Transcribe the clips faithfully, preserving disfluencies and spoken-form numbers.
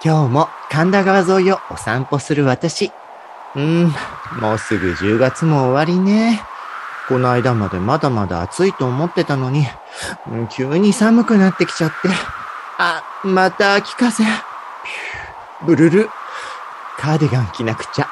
今日も神田川沿いをお散歩する私。うーん、もうすぐじゅうがつも終わりね。この間までまだまだ暑いと思ってたのに、急に寒くなってきちゃって。あ、また秋風。ブルル。カーディガン着なくちゃ。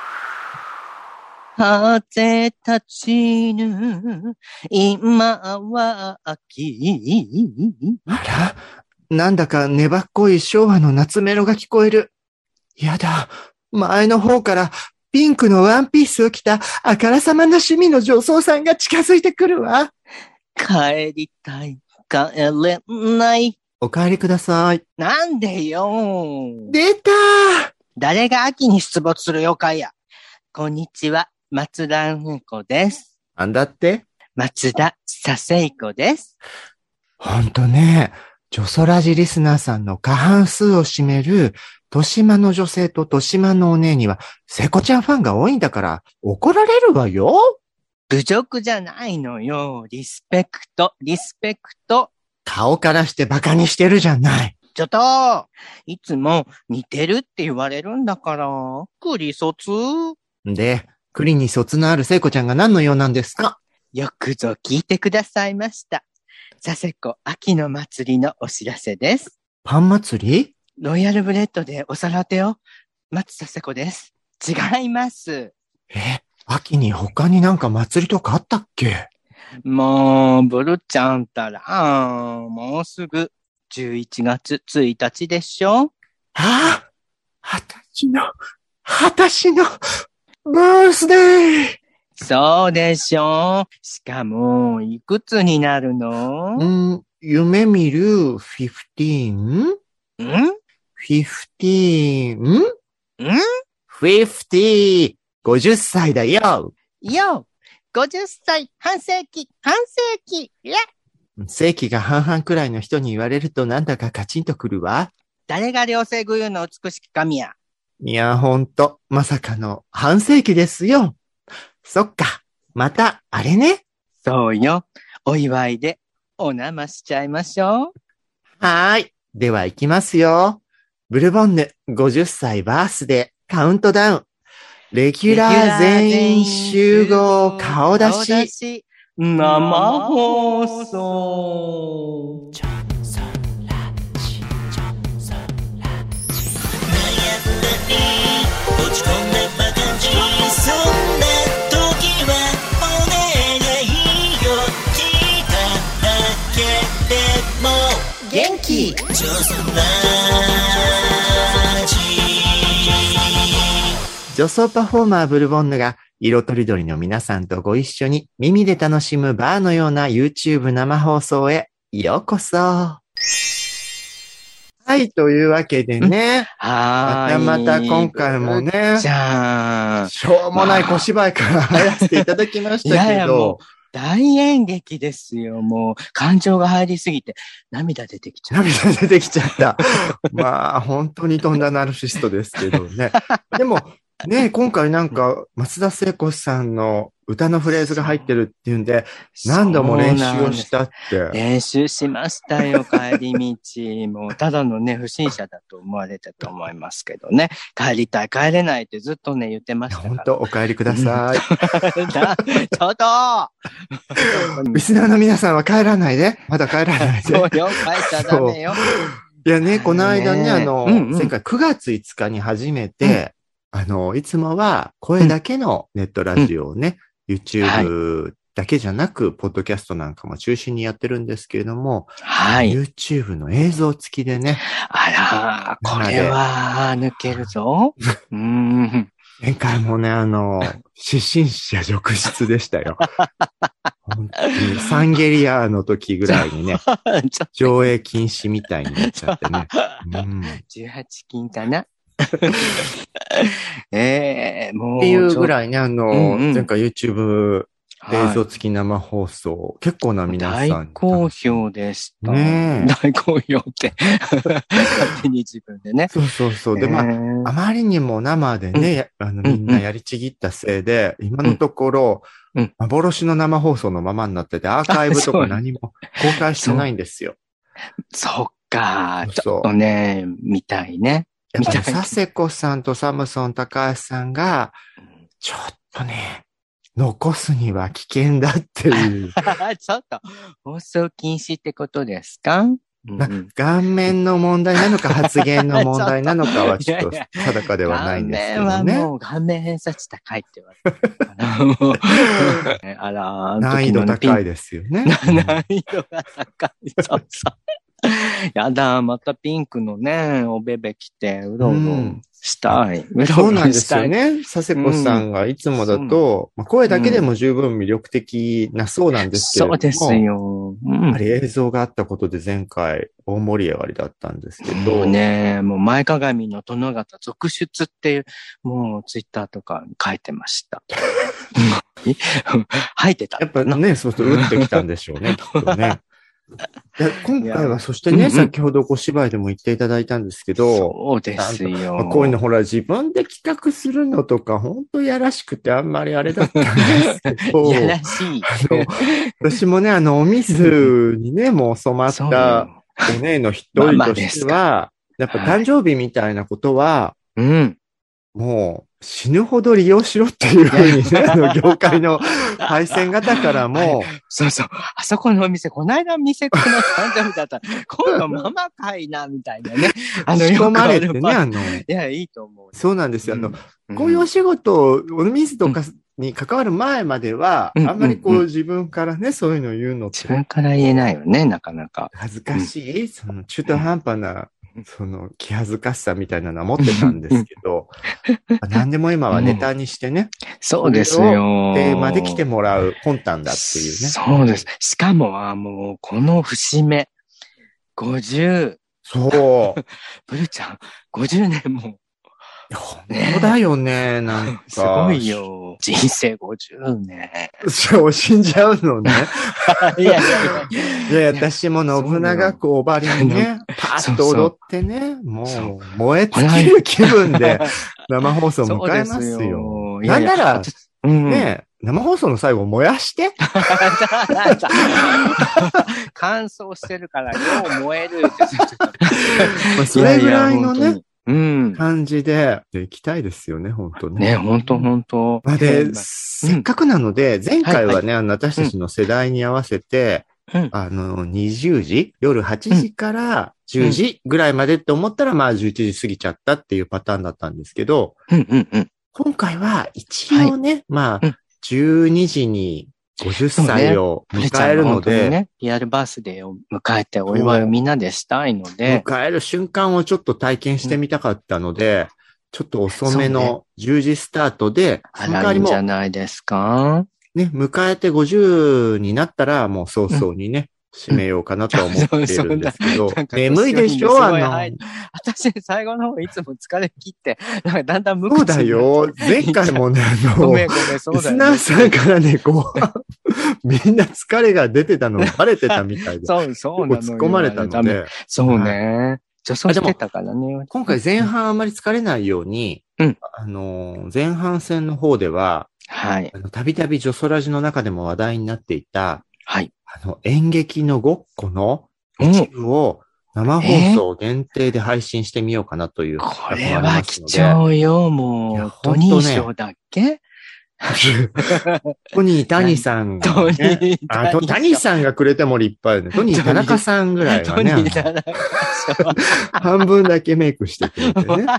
風立ちぬ、今は秋。 あら、なんだか粘っこい昭和の夏メロが聞こえる。やだ、前の方からピンクのワンピースを着たあからさまな趣味の女装さんが近づいてくるわ。 帰りたい、帰れない。 お帰りください。 なんでよ。 出たー。 誰が秋に出没する妖怪や。こんにちは、松田梅子です。 なんだって？ 松田佐世子です。 ほんとね、女装ラジリスナーさんの過半数を占める豊島の女性と豊島のお姉には聖子ちゃんファンが多いんだから怒られるわよ。 侮辱じゃないのよ。リスペクト、リスペクト。 顔からしてバカにしてるじゃない。 ちょっと、いつも似てるって言われるんだから、クリソツ。 で、栗に卒のある聖子ちゃんが何の用なんですか？ よくぞ聞いてくださいました。佐世子秋の祭りのお知らせです。 パン祭り？ ロイヤルブレッドでお皿手を松佐世子です。違います。 え、秋に他になんか祭りとかあったっけ？ もう、ブルちゃんたら、もうすぐじゅういちがつついたちでしょ？ ああ、あたしの、あたしの、バースデー。 そうでしょ。しかも、いくつになるの？ うん、夢見る、フィフティーン？ ん？ フィフティーン？ん？ ん？ フィフティー、ごじゅっさいだよ。 よ、ごじゅっさい、半世紀、半世紀、いや。 世紀が半々くらいの人に言われるとなんだかカチンとくるわ。 誰が両性具有の美しき神や。 いや、ほんと、まさかの半世紀ですよ。そっか。また、あれね。 そうよ。お祝いで、おなましちゃいましょう。 はーい。では行きますよ。ブルボンヌごじゅっさいバースデーカウントダウン。レギュラー全員集合顔出し。 出し生放送。元気女装パフォーマーブルボンヌが色とりどりの皆さんとご一緒に耳で楽しむバーのような YouTube 生放送へようこそ。はい、というわけでね。 はーい。 またまた今回もね。 じゃあ。 しょうもない小芝居から入らせていただきましたけど。いやいやもう大演劇ですよ。もう、感情が入りすぎて、涙出てきちゃった。 涙出てきちゃった。まあ、本当にとんだナルシストですけどね。でも、ね、今回なんか、松田聖子さんの歌のフレーズが入ってるっていうんで、何度も練習をしたって。 練習しましたよ、帰り道。もう、ただのね、不審者だと思われたと思いますけどね。帰りたい、帰れないってずっとね、言ってましたから。 本当、お帰りください。 ちょっとリスナーの皆さんは帰らないで。まだ帰らないで。 そうよ、帰っちゃダメよ。 いやね、この間ね、あの、 うんうん、 前回くがついつかに初めて、うん、あの、いつもは声だけのネットラジオをね、うん、YouTube だけじゃなく、はい、ポッドキャストなんかも中心にやってるんですけれども、 はい。 YouTube の映像付きでね。 あら、これは抜けるぞ。うん。 前回もね、あの、失神者続出でしたよ。本当にサンゲリアの時ぐらいにね、上映禁止みたいになっちゃってね。 うん、じゅうはち禁かな。ええー、もう。 っていうぐらいね、あの、うんうん、前回 YouTube 映像付き生放送、はい、結構な皆さん。 大好評でした。 ね、 大好評って。勝手に自分でね。 そうそうそう。で、まあ、あまりにも生でね、うん、あのみんなやりちぎったせいで、うん、今のところ、うん、幻の生放送のままになってて、アーカイブとか何も公開してないんですよ。 そっか。ちょっとね、見たいね。 やっぱりみたいな。 佐世子さんとサムソン高橋さんが、ちょっとね、残すには危険だっていう。 ちょっと、放送禁止ってことですか？うんまあ、顔面の問題なのか発言の問題なのかはちょっといやい定かではないんですけど顔面ね。 はもう顔面偏差値高いって言われてるから。もうあら、 難易度高いですよね。 難易度が高い。そうそう。やだ、またピンクのね、おべべ着て、うろうろしたい。うろそううなんですろしたい。 よね。佐世子さんがいつもだと、まあ、声だけでも十分魅力的なそうなんですけれども。 そうですよ。うん、 やはり映像があったことで前回大盛り上がりだったんですけど。 もうね、もう前かがみの殿方続出っていう、もうツイッターとかに書いてました。吐いてた。 やっぱね、そうすると打ってきたんでしょうね、きっとね。いや今回はそしてね、先ほどご芝居でも言っていただいたんですけど、 そうですよ。 まあ、こういうのほら自分で企画するのとか本当やらしくてあんまりあれだったんですけど、 やらしい。 私もね、あの、お水にね、もう染まったお姉の一人としては、やっぱ誕生日みたいなことは、 うん。 もう死ぬほど利用しろっていうふうにね、あの、業界の配線方からも、 そうそう。あそこのお店、この間店この誕生日だったら、今度ママかいな、みたいなね。 あの、仕込まれてね、あの、 いや、いいと思う。 そうなんですよ。あの、こういうお仕事、お水とかに関わる前までは、あんまりこう自分からね、そういうのを言うのって。 自分から言えないよね、なかなか。 恥ずかしい、その中途半端な、その気恥ずかしさみたいなのは持ってたんですけど、何でも今はネタにしてね。 そうですよ。 テーマで来てもらう魂胆だっていうね。 そうです。しかも、もう、この節目、ごじゅう。 そう。 ブルちゃん、ごじゅうねんも。 本当だよね、なんか。 すごいよ。人生ごじゅうねん。 そう、死んじゃうのね。 いやいやいや。いや、私も信長公ばりにね、パーッと踊ってね、もう燃え尽きる気分で生放送迎えますよ。なんなら、ね、生放送の最後燃やして乾燥してるから、よう燃えるって。 それぐらいのね、 うん。 感じで、行きたいですよね、本当ね。 ね、本当本当。 まあ、で、せっかくなので、前回はね、あの、私たちの世代に合わせて、あの、にじゅうじ、夜はちじからじゅうじぐらいまでって思ったら、まあ、じゅういちじ過ぎちゃったっていうパターンだったんですけど、今回は一応ね、まあ、じゅうにじにごじゅっさいを迎えるので、 ね、リアルバースデーを迎えてお祝いをみんなでしたいので、 迎える瞬間をちょっと体験してみたかったので、うん、ちょっと遅めのじゅうじスタートで、 あら、いいんじゃないですか。 ね、迎えてごじゅうになったら、もう早々にね、締めようかなとは思ってるんですけど、眠いでしょあの、 私、最後の方いつも疲れ切って、なんかだんだん無口そうだよ。前回もね、あの、 ごめんごめん、そうだよ、 リスナーさんからね、こう、みんな疲れが出てたのがバレてたみたいで。 そう、そうなのよ。 突っ込まれたので。 そうね。女装してたからね。 今回前半あまり疲れないように、うん、あの、前半戦の方では、 はい。 あの、たびたびジョソラジの中でも話題になっていた、 はい。 あの、演劇のごっこの一部を生放送限定で配信してみようかなという、 えー。これは貴重よ、もう。トニー賞だっけトニー谷さんが、ね。トニーあと、谷さんがくれても立派よね。トニー田中さんぐらいはね。半分だけメイクしてくれてね。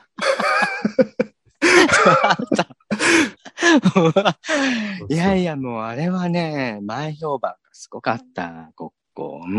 いやいや、もうあれはね、前評判がすごかった、ごっこ。うん。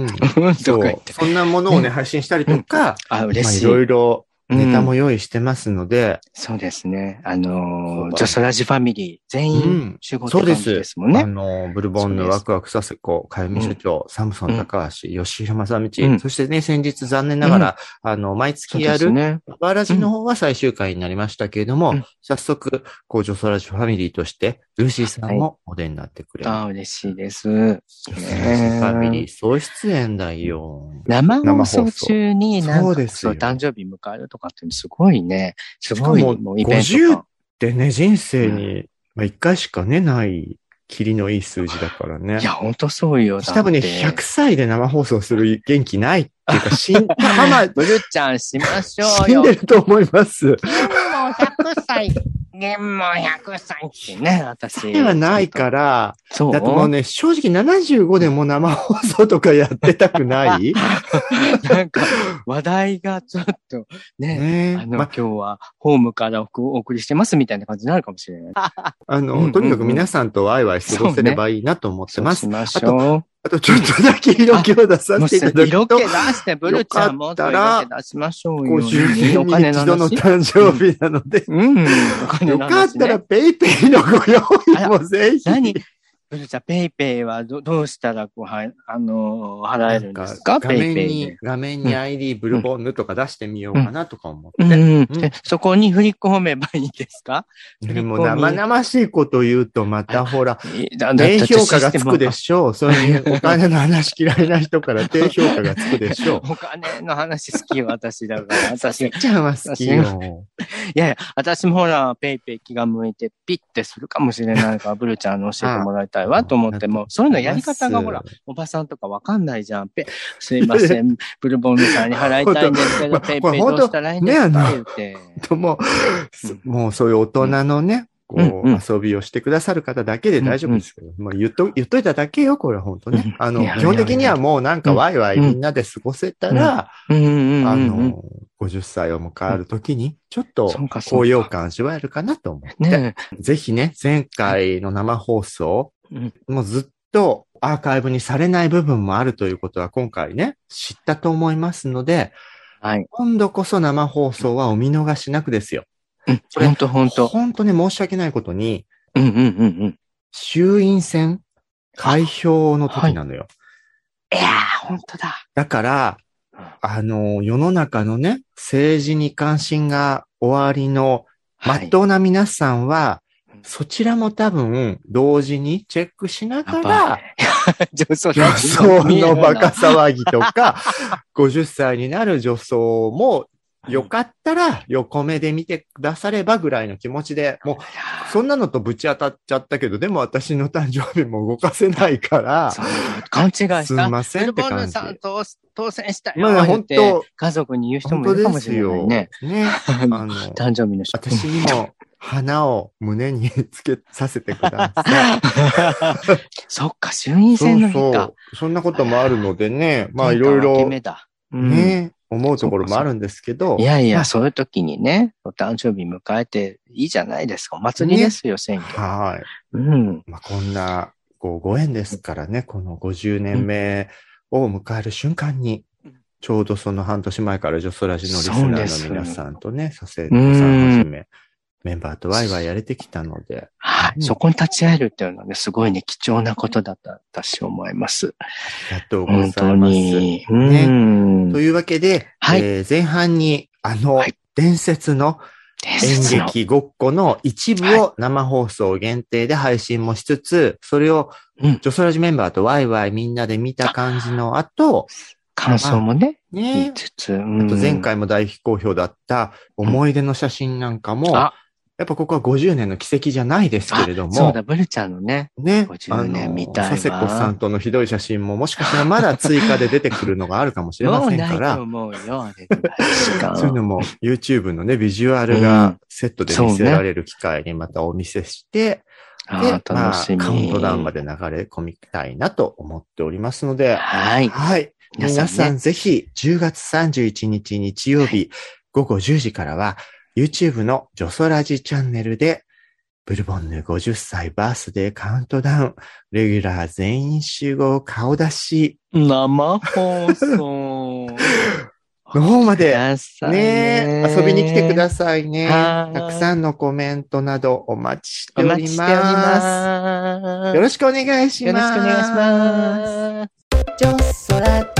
うん。そう。そんなものをね、配信したりとか、 あ、嬉しい。 いろいろネタも用意してますので。 そうですね。あの、ジョソラジファミリー全員集合って感じですもんね。 あの、ブルボンのワクワクさせこ、かゆみ社長、サムソン高橋、吉弘正道、そしてね、先日残念ながら、あの、毎月やる、ババラジの方は最終回になりましたけれども、早速、こう、ジョソラジファミリーとして、ルーシーさんもお出になってくれる。 あ、嬉しいです。 ジョソラジファミリー総出演だよ。 生放送中になんか、そう、誕生日迎えるとかってすごいね。すごい、もうイベント。 ごじゅうってね、人生に、まあ、いっかいしかね、ないキリのいい数字だからね。 いや、ほんとそうよ。 多分ね、ひゃくさいで生放送する元気ないっていうか、死ん、まあ、 ブルちゃんしましょうよ。 死んでると思います。 もうひゃくさい。でもひゃくさいってね、私。 ではないから、 そう。 だってもうね、正直ななじゅうごでも生放送とかやってたくないなんか、話題がちょっとね、ねあの、ま、今日はホームからお送りしてますみたいな感じになるかもしれない。 あの、うんうんうん、とにかく皆さんとワイワイ過ごせればいいなと思ってます。 そうね、そうしましょう。 あとちょっとだけ色気を出させていただくと。 色気出して、ブルちゃんもっと色気出しましょうよ。 ごじゅうねんに一度の誕生日なので。 うん。うん、お金の話ね、 よかったらペイペイのご用意もぜひ。 何ブルちゃん、ペイペイはどどうしたらこう、はい、あのー、払えるんですか？ 画面に、画面に アイディー、ブルボンヌとか出してみようかなとか思って。 うん。うんうん、でそこに振り込めばいいですか？ でも生々しいこと言うとまたほら、低評価がつくでしょう。そういうお金の話嫌いな人から低評価がつくでしょう。 お金の話好きよ、私だから。私。 ちゃんは好きよ。 いやいや、私もほら、ペイペイ気が向いてピッてするかもしれないから、ブルちゃんに教えてもらいたいわと思っても、そういうのやり方がほら、おばさんとかわかんないじゃん。ペすいません、ブルボンヌさんに払いたいんですけど、ペイペイどうしたらいいんですか言って。 もう、もうそういう大人のね、こう、遊びをしてくださる方だけで大丈夫ですけど、まあ言っと、言っといただけよ、これは本当ね。あの、基本的にはもうなんかワイワイみんなで過ごせたら、あの、ごじゅっさいを迎えるときに、ちょっと高揚感味わえるかなと思って、ぜひね、前回の生放送、もうずっとアーカイブにされない部分もあるということは今回ね、知ったと思いますので、はい、今度こそ生放送はお見逃しなくですよ。 うん、本当本当。 本当ね、申し訳ないことに、 うんうんうんうん。 衆院選開票の時なのよ。 いやー、本当だ。 だから、あの、世の中のね、政治に関心がおありの、まっとうな皆さんは、はい、そちらも多分、同時にチェックしながら、女装のバカ騒ぎとか、ごじゅっさいになる女装も、よかったら横目で見てくださればぐらいの気持ちで、もう、そんなのとぶち当たっちゃったけど、でも私の誕生日も動かせないから、 勘違いした。 すみませんって感じ。 ブルボンヌさん当当選したよ。まあ本当、家族に言う人もいるかもしれないね。 ね。 あの、誕生日の人。 私にも花を胸につけさせてください。 そっか、衆院選の日か。そうそう。 そんなこともあるのでね、まあいろいろ。ね。思うところもあるんですけど。 いやいや、まあ、そういう時にね、お誕生日迎えていいじゃないですか。お祭りですよ、ね、選挙。 はい。 うん。 まあ、こんな、こう、ご縁ですからね、このごじゅうねんめを迎える瞬間に、うん、ちょうどその半年前からジョソラジのリスナーの皆さんとね、させ、さんはじめ、メンバーとワイワイやれてきたので。 はい、うん。そこに立ち会えるっていうのはね、すごいね、貴重なことだった、私思います。 ありがとうございます。 本当に。 ね、 うん。 というわけで、はい、えー、前半に、あの、はい、伝説の演劇ごっこの一部を生放送限定で配信もしつつ、それを、ジョソラジメンバーとワイワイみんなで見た感じの後、 感想もね、 ね、 見つつ、 うん、あと前回も大好評だった思い出の写真なんかも、うん、やっぱここはごじゅうねんの奇跡じゃないですけれども。 そうだ、ブルちゃんのね。 ね。 ごじゅうねんみたいな。 佐世子さんとのひどい写真ももしかしたらまだ追加で出てくるのがあるかもしれませんから。 もうないと思うよ、あれそういうのも YouTube のね、ビジュアルがセットで見せられる機会にまたお見せして、 うん、で、あまあ、カウントダウンまで流れ込みたいなと思っておりますので。 はい。 はい。皆さん、ね、皆さんぜひじゅうがつさんじゅういちにち日曜日ごごじゅうじからは、YouTube のジョソラジチャンネルで、ブルボンヌごじゅっさいバースデーカウントダウン、レギュラー全員集合顔出し。 生放送。 の方まで、ね、遊びに来てくださいね。たくさんのコメントなどお待ちしております。お待ちしております。よろしくお願いします。 よろしくお願いします。 ジョソラ